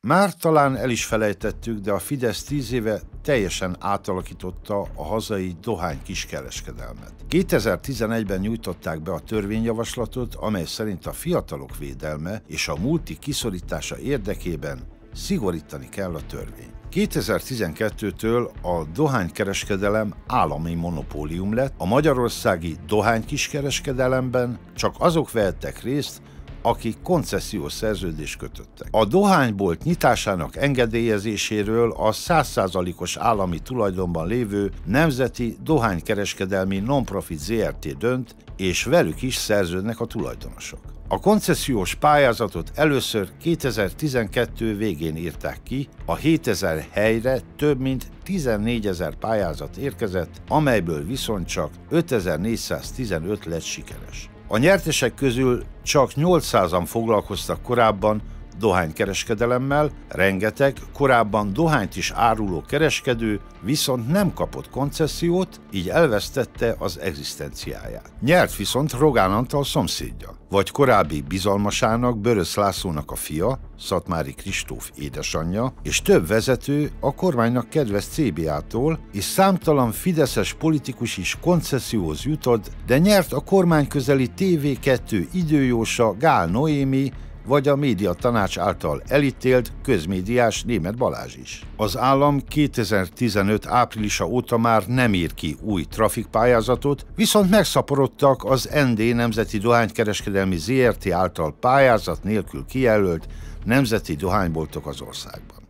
Már talán el is felejtettük, de a Fidesz 10 éve teljesen átalakította a hazai dohány kiskereskedelmet. 2011-ben nyújtották be a törvényjavaslatot, amely szerint a fiatalok védelme és a multi kiszorítása érdekében szigorítani kell a törvényt. 2012-től a dohánykereskedelem állami monopólium lett, a magyarországi dohánykiskereskedelemben csak azok vehettek részt, akik koncesziós szerződést kötöttek. A dohánybolt nyitásának engedélyezéséről a 100%-os állami tulajdonban lévő Nemzeti Dohánykereskedelmi Nonprofit Zrt. Dönt, és velük is szerződnek a tulajdonosok. A koncesziós pályázatot először 2012 végén írták ki, a 7000 helyre több mint 14 000 pályázat érkezett, amelyből viszont csak 5415 lett sikeres. A nyertesek közül csak 800-an foglalkoztak korábban dohánykereskedelemmel, rengeteg korábban dohányt is áruló kereskedő viszont nem kapott koncesziót, így elvesztette az egzisztenciáját. Nyert viszont Rogán Antal szomszédja, vagy korábbi bizalmasának, Börös Lászlónak a fia, Szatmári Kristóf édesanyja, és több vezető a kormánynak kedves CBA-tól, és számtalan fideszes politikus is koncesszióhoz jutott, de nyert a kormányközeli TV2 időjósa Gál Noémi, vagy a médiatanács által elítélt közmédiás Németh Balázs is. Az állam 2015 áprilisa óta már nem ír ki új trafikpályázatot, viszont megszaporodtak az ND Nemzeti Dohánykereskedelmi Zrt. Által pályázat nélkül kijelölt nemzeti dohányboltok az országban.